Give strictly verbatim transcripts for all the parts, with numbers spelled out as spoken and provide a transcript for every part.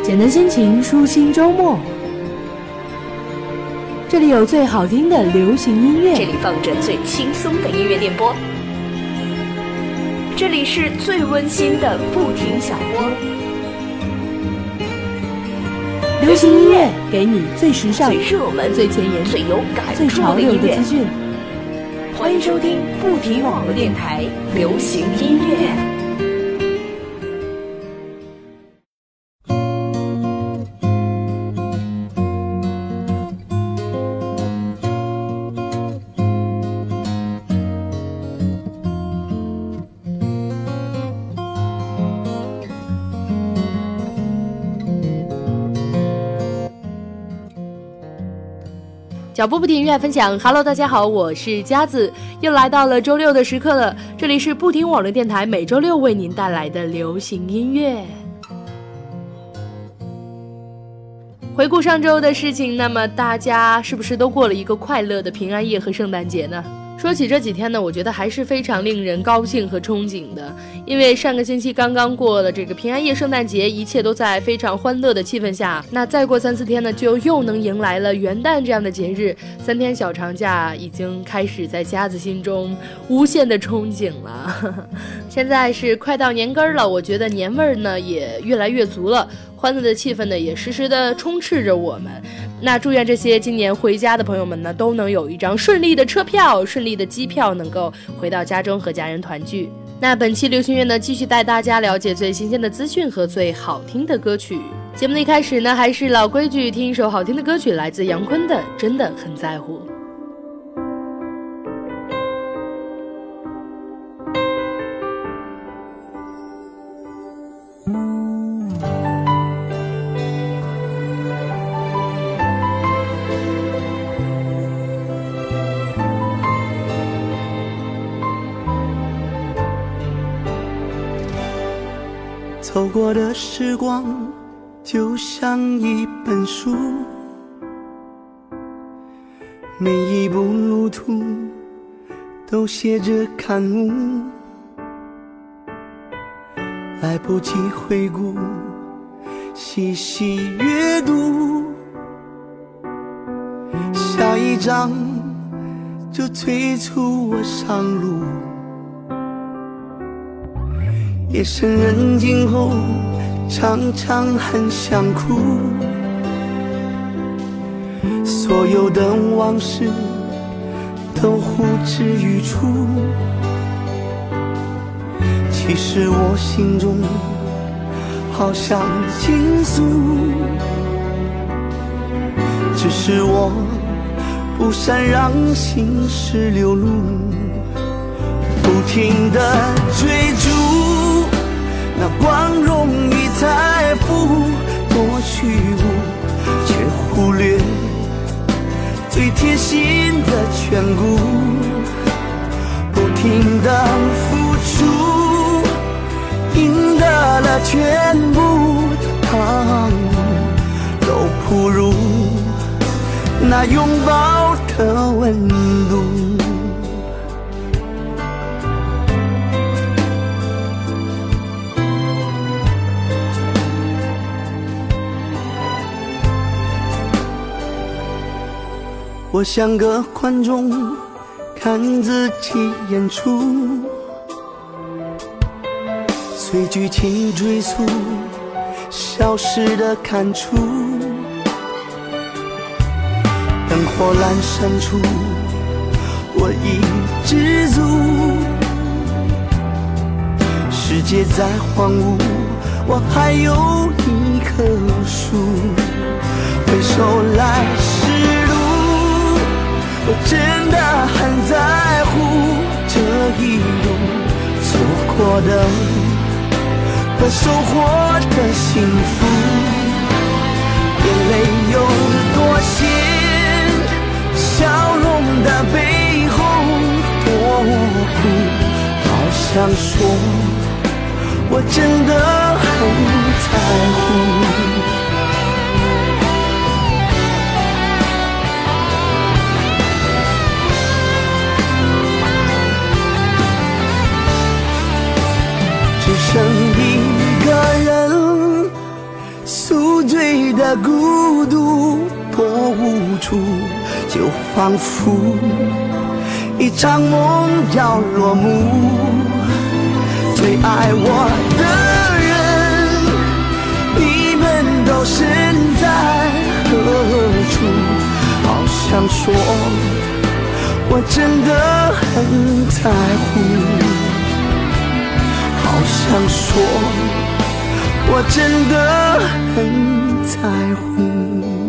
简单心情，舒心周末。这里有最好听的流行音乐， 这里放着最轻松的音乐电波，这里是最温馨的不停小窝。 流行音乐给你最时尚、 最热门、 最前沿、 最有感最潮流的资讯。 欢迎收听不停网络电台流行音乐。 脚步不停，音乐分享。Hello， 大家好，我是佳子，又来到了周六的时刻了。这里是不停网络电台，每周六为您带来的流行音乐。回顾上周的事情，那么大家是不是都过了一个快乐的平安夜和圣诞节呢？说起这几天呢，我觉得还是非常令人高兴和憧憬的，因为上个星期刚刚过了这个平安夜、圣诞节，一切都在非常欢乐的气氛下。那再过三四天呢，就又能迎来了元旦这样的节日，三天小长假已经开始在家子心中无限的憧憬了。现在是快到年根了，我觉得年味儿呢也越来越足了，欢乐的气氛呢也时时的充斥着我们。那祝愿这些今年回家的朋友们呢，都能有一张顺利的车票、顺利的机票，能够回到家中和家人团聚。那本期流行乐呢，继续带大家了解最新鲜的资讯和最好听的歌曲。节目的一开始呢，还是老规矩，听一首好听的歌曲，来自杨坤的《真的很在乎》。 走过的时光就像一本书，每一步路途都写着感悟，来不及回顾，细细阅读，下一章就催促我上路。夜深人静后，常常很想哭，所有的往事都呼之欲出。其实我心中好想倾诉，只是我不善让心事流露，不停地追逐那光荣与财富，多虚无，却忽略最贴心的眷顾。不停的付出，赢得了全部，汤都不如那拥抱的温度。我像个观众，看自己演出，随剧情追溯消失的感触。灯火阑珊处，我已知足。世界再荒芜，我还有一棵树。回首来时路，我真的很在乎这一路错过的和收获的幸福。眼泪有多咸，笑容的背后多苦。好想说，我真的很在乎。只剩一个人，诉的孤独多无助，就仿佛一场梦要落幕。最爱我的人，你们都身在何处？好想说我真的很在乎，好想说我真的很在乎。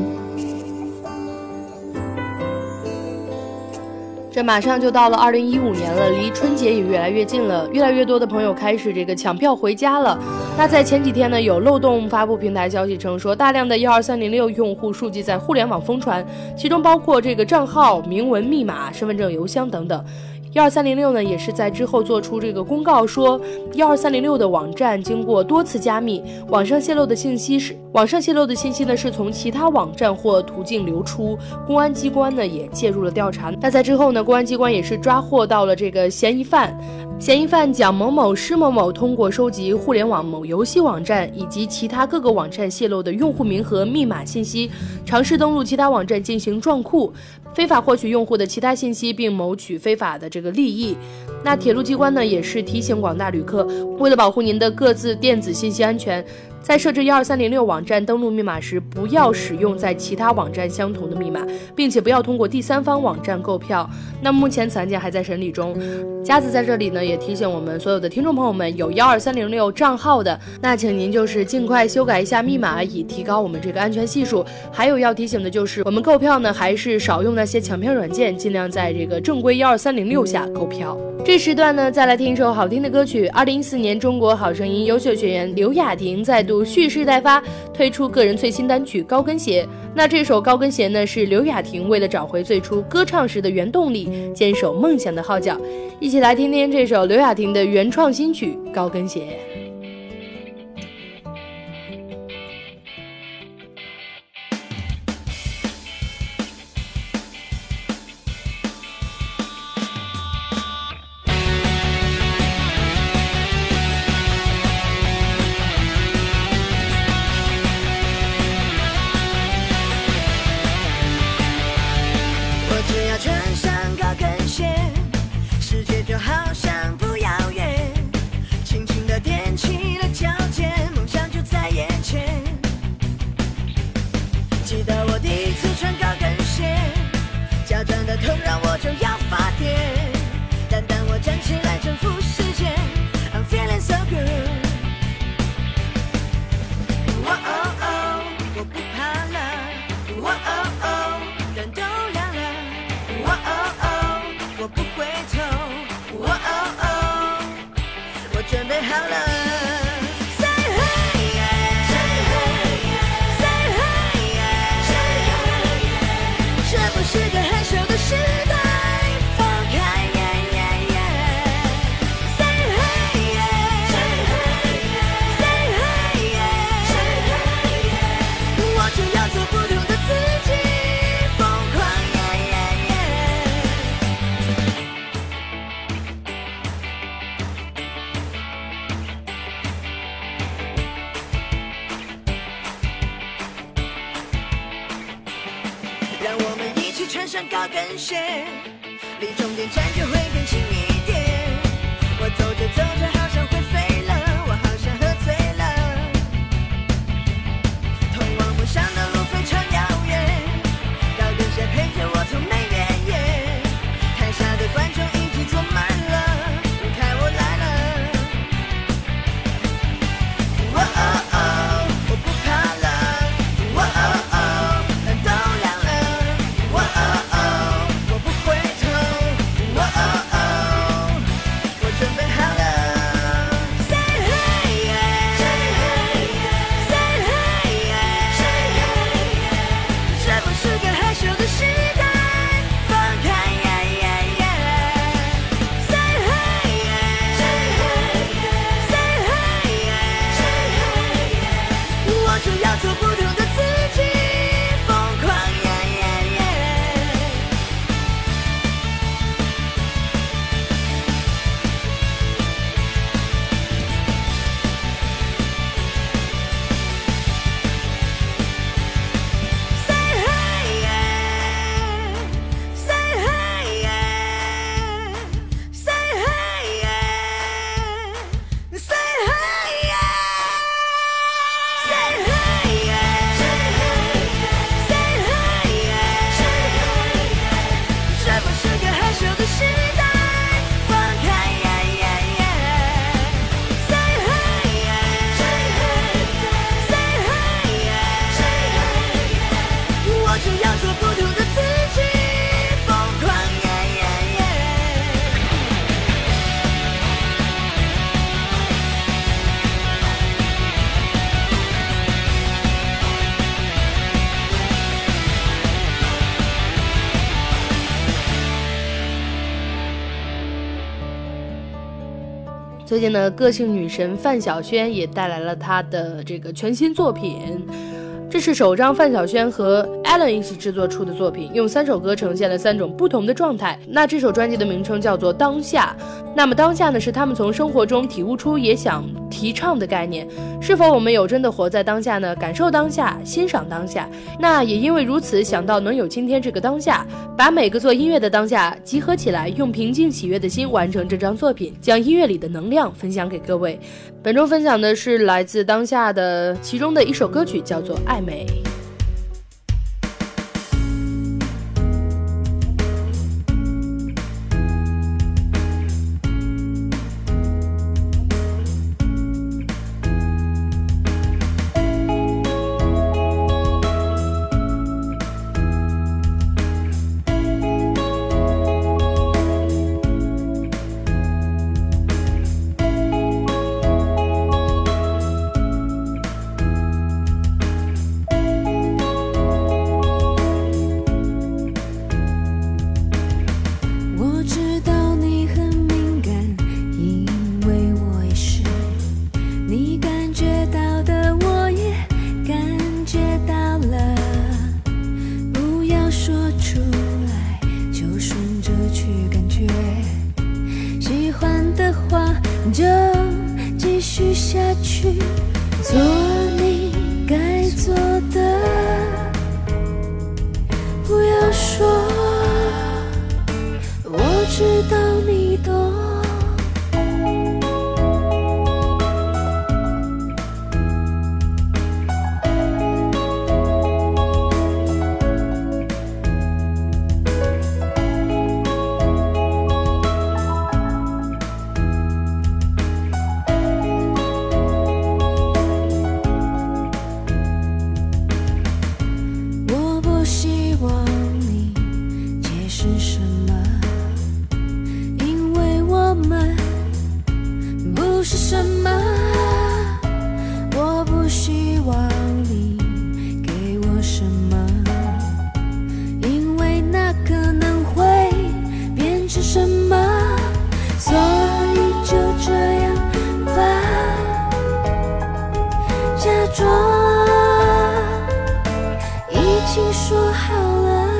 这马上就到了二零一五年了，离春节也越来越近了，越来越多的朋友开始这个抢票回家了。那在前几天呢，有漏洞发布平台消息称说，大量的一二三零六用户数据在互联网疯传，其中包括这个账号、明文、密码、身份证、邮箱等等。一二三零六呢，也是在之后做出这个公告说，一二三零六的网站经过多次加密，网上泄露的信息是网上泄露的信息呢是从其他网站或途径流出，公安机关呢也介入了调查。那在之后呢，公安机关也是抓获到了这个嫌疑犯。嫌疑犯蒋某某、施某某通过收集互联网某游戏网站以及其他各个网站泄露的用户名和密码信息，尝试登录其他网站进行撞库，非法获取用户的其他信息，并谋取非法的这个利益。那铁路机关呢，也是提醒广大旅客，为了保护您的各自电子信息安全，在设置一二三零六网站登录密码时，不要使用在其他网站相同的密码，并且不要通过第三方网站购票。那目前此案件还在审理中。佳子在这里呢，也提醒我们所有的听众朋友们，有一二三零六账号的，那请您就是尽快修改一下密码，以提高我们这个安全系数。还有要提醒的就是，我们购票呢，还是少用那些抢票软件，尽量在这个正规一二三零六下购票。这时段呢，再来听一首好听的歌曲。二零一四年中国好声音优秀学员刘雅婷再度蓄势待发，推出个人最新单曲《高跟鞋》。那这首《高跟鞋》呢，是刘雅婷为了找回最初歌唱时的原动力，坚守梦想的号角。一起来听听这首刘雅婷的原创新曲《高跟鞋》。 穿高跟鞋，离终点站就会更近一点。我走着走着好像会飞了，我好像喝醉了。通往梦想的路非常遥远，高跟鞋陪着我从没远远。台下的观众已经坐满了，看我来了。哦哦哦，我不怕了。哦哦哦，天都亮了。哦哦哦，我不回头。哦哦。 最近呢，个性女神范晓萱也带来了她的这个全新作品。这是首张范晓萱和 Alan 一起制作出的作品，用三首歌呈现了三种不同的状态。那这首专辑的名称叫做当下，那么当下呢，是他们从生活中体悟出也想提倡的概念。是否我们有真的活在当下呢？感受当下，欣赏当下。那也因为如此，想到能有今天这个当下，把每个做音乐的当下集合起来，用平静喜悦的心完成这张作品，将音乐里的能量分享给各位。本周分享的是来自当下的其中的一首歌曲，叫做爱美。 就继续下去，做你该做的，不要说我知道你懂。说好了，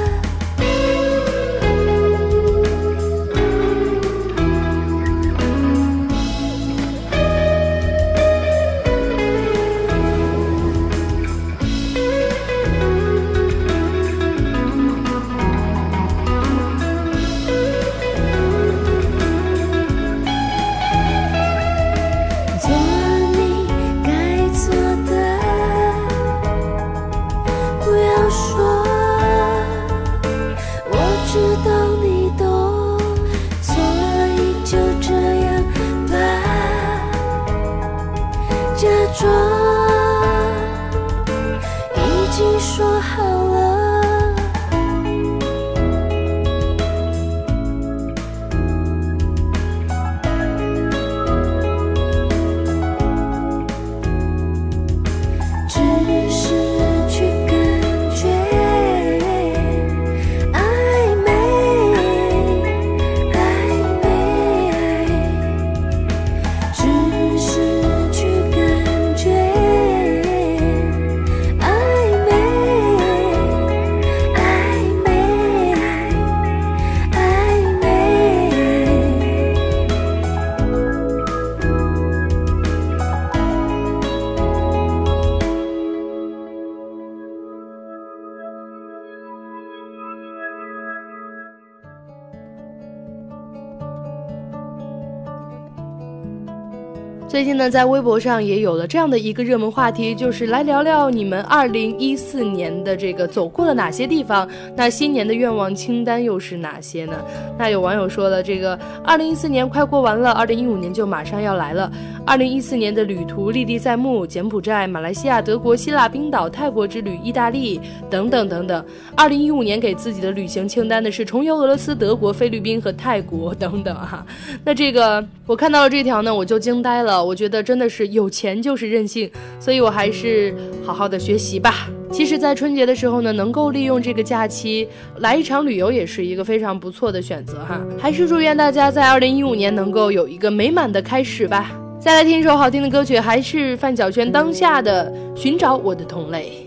做你该做的，不要说我知道你懂，所以就这样吧，假装已经说好了。 最近呢，在微博上也有了这样的一个热门话题，就是来聊聊你们二零一四年的这个走过了哪些地方，那新年的愿望清单又是哪些呢？那有网友说了，这个二零一四年快过完了，二零一五年就马上要来了。二零一四年的旅途历历在目，柬埔寨、马来西亚、德国、希腊、冰岛、泰国之旅、意大利等等等等。二零一五年给自己的旅行清单的是重游俄罗斯、德国、菲律宾和泰国等等哈。那这个我看到了这条呢，我就惊呆了。 我觉得真的是有钱就是任性，所以我还是好好的学习吧。其实在春节的时候呢，能够利用这个假期来一场旅游也是一个非常不错的选择哈。还是祝愿大家在二零一五年能够有一个美满的开始吧。再来听一首好听的歌曲，还是范晓萱当下的寻找我的同类。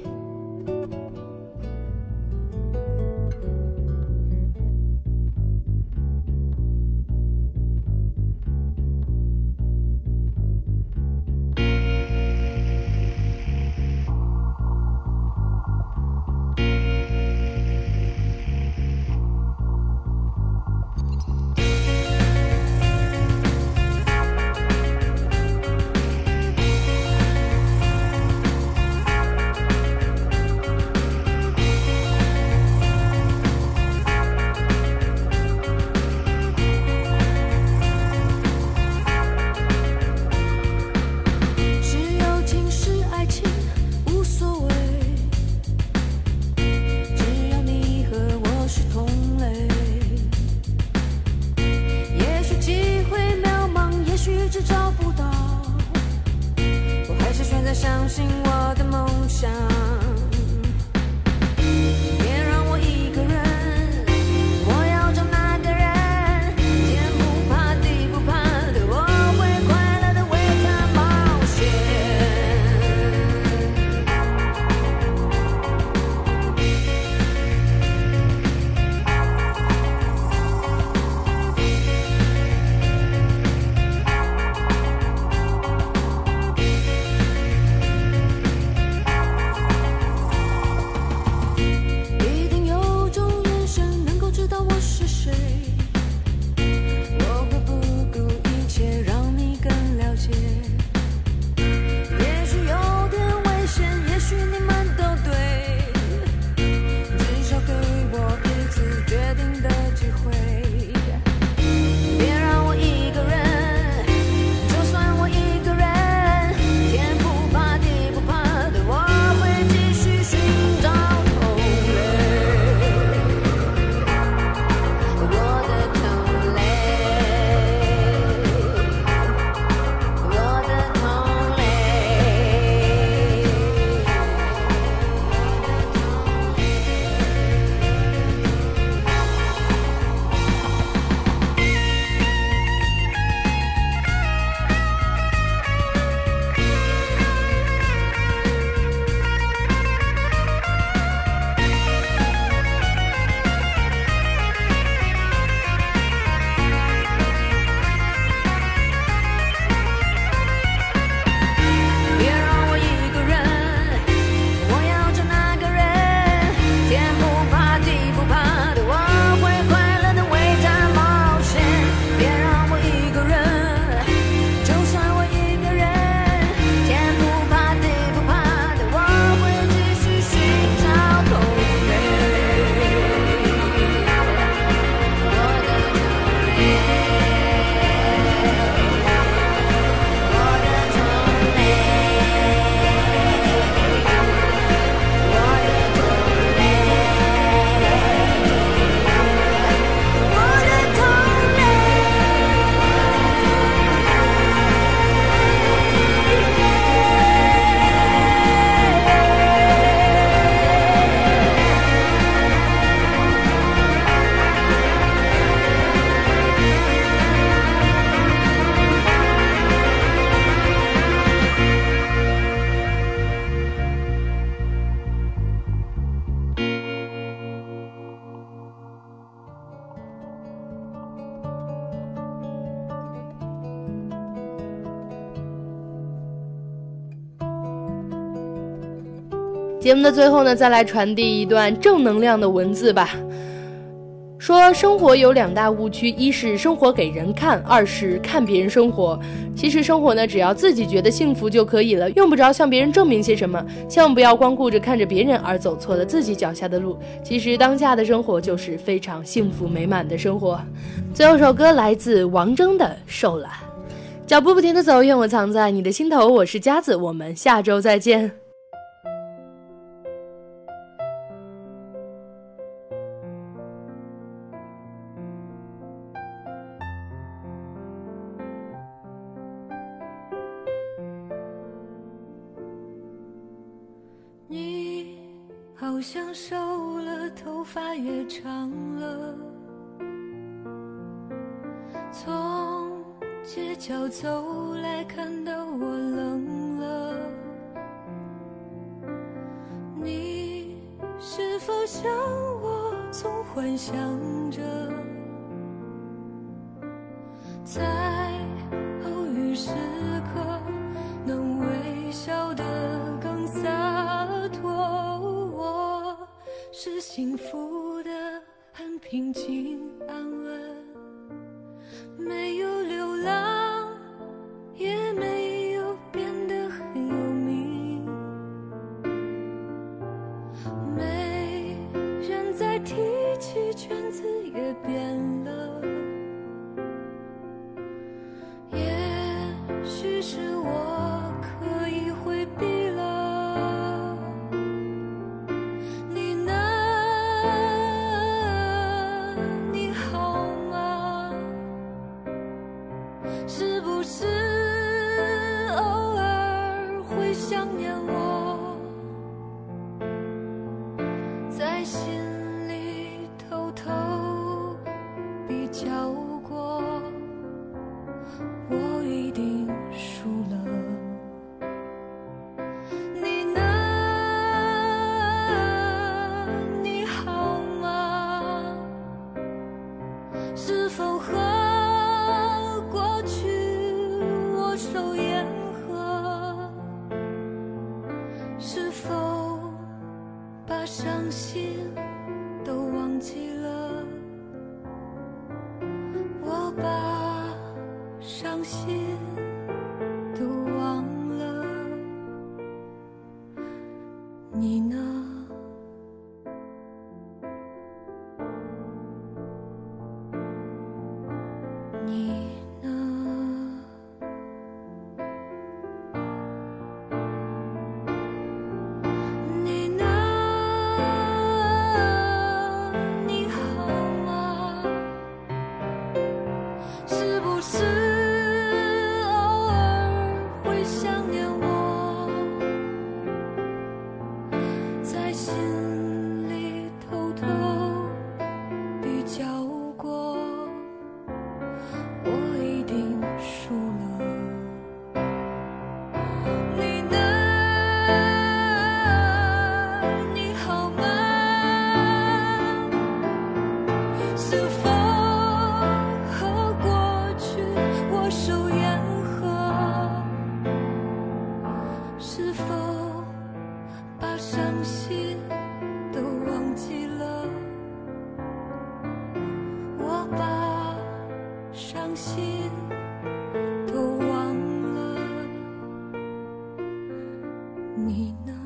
相信我的梦想，别让我一个人，我要找那个人，天不怕地不怕的，我会快乐的为他冒节目的最后呢，再来传递一段正能量的文字吧。说生活有两大误区，一是生活给人看，二是看别人生活。其实生活呢，只要自己觉得幸福就可以了，用不着向别人证明些什么。千万不要光顾着看着别人而走错了自己脚下的路。其实当下的生活就是非常幸福美满的生活。最后一首歌来自王铮的《瘦了》，脚步不停地走，愿我藏在你的心头。我是佳子，我们下周再见。 好像瘦了，头发也长了。从街角走来，看到我冷了。你是否像我，总幻想着在偶遇时刻能微笑得更洒脱？我是幸福的，很平静安稳，没有流浪，也没有变得很有名，没人再提起，圈子也变了，也许是我刻意回避了。你呢？你好吗？是不是偶尔会想念我，在心里偷偷比较过，我一定输了。你呢？你好吗？是否和过去握手言和？是否把伤心都忘记了？我把伤心都忘了，你呢？你呢？你呢？你好吗？是不是偶尔会想念我，在心里偷偷比较过，我一定输了。你呢？你好吗？是否和过去握手言和？是否把伤心都忘记了？我把伤心都忘了，你呢？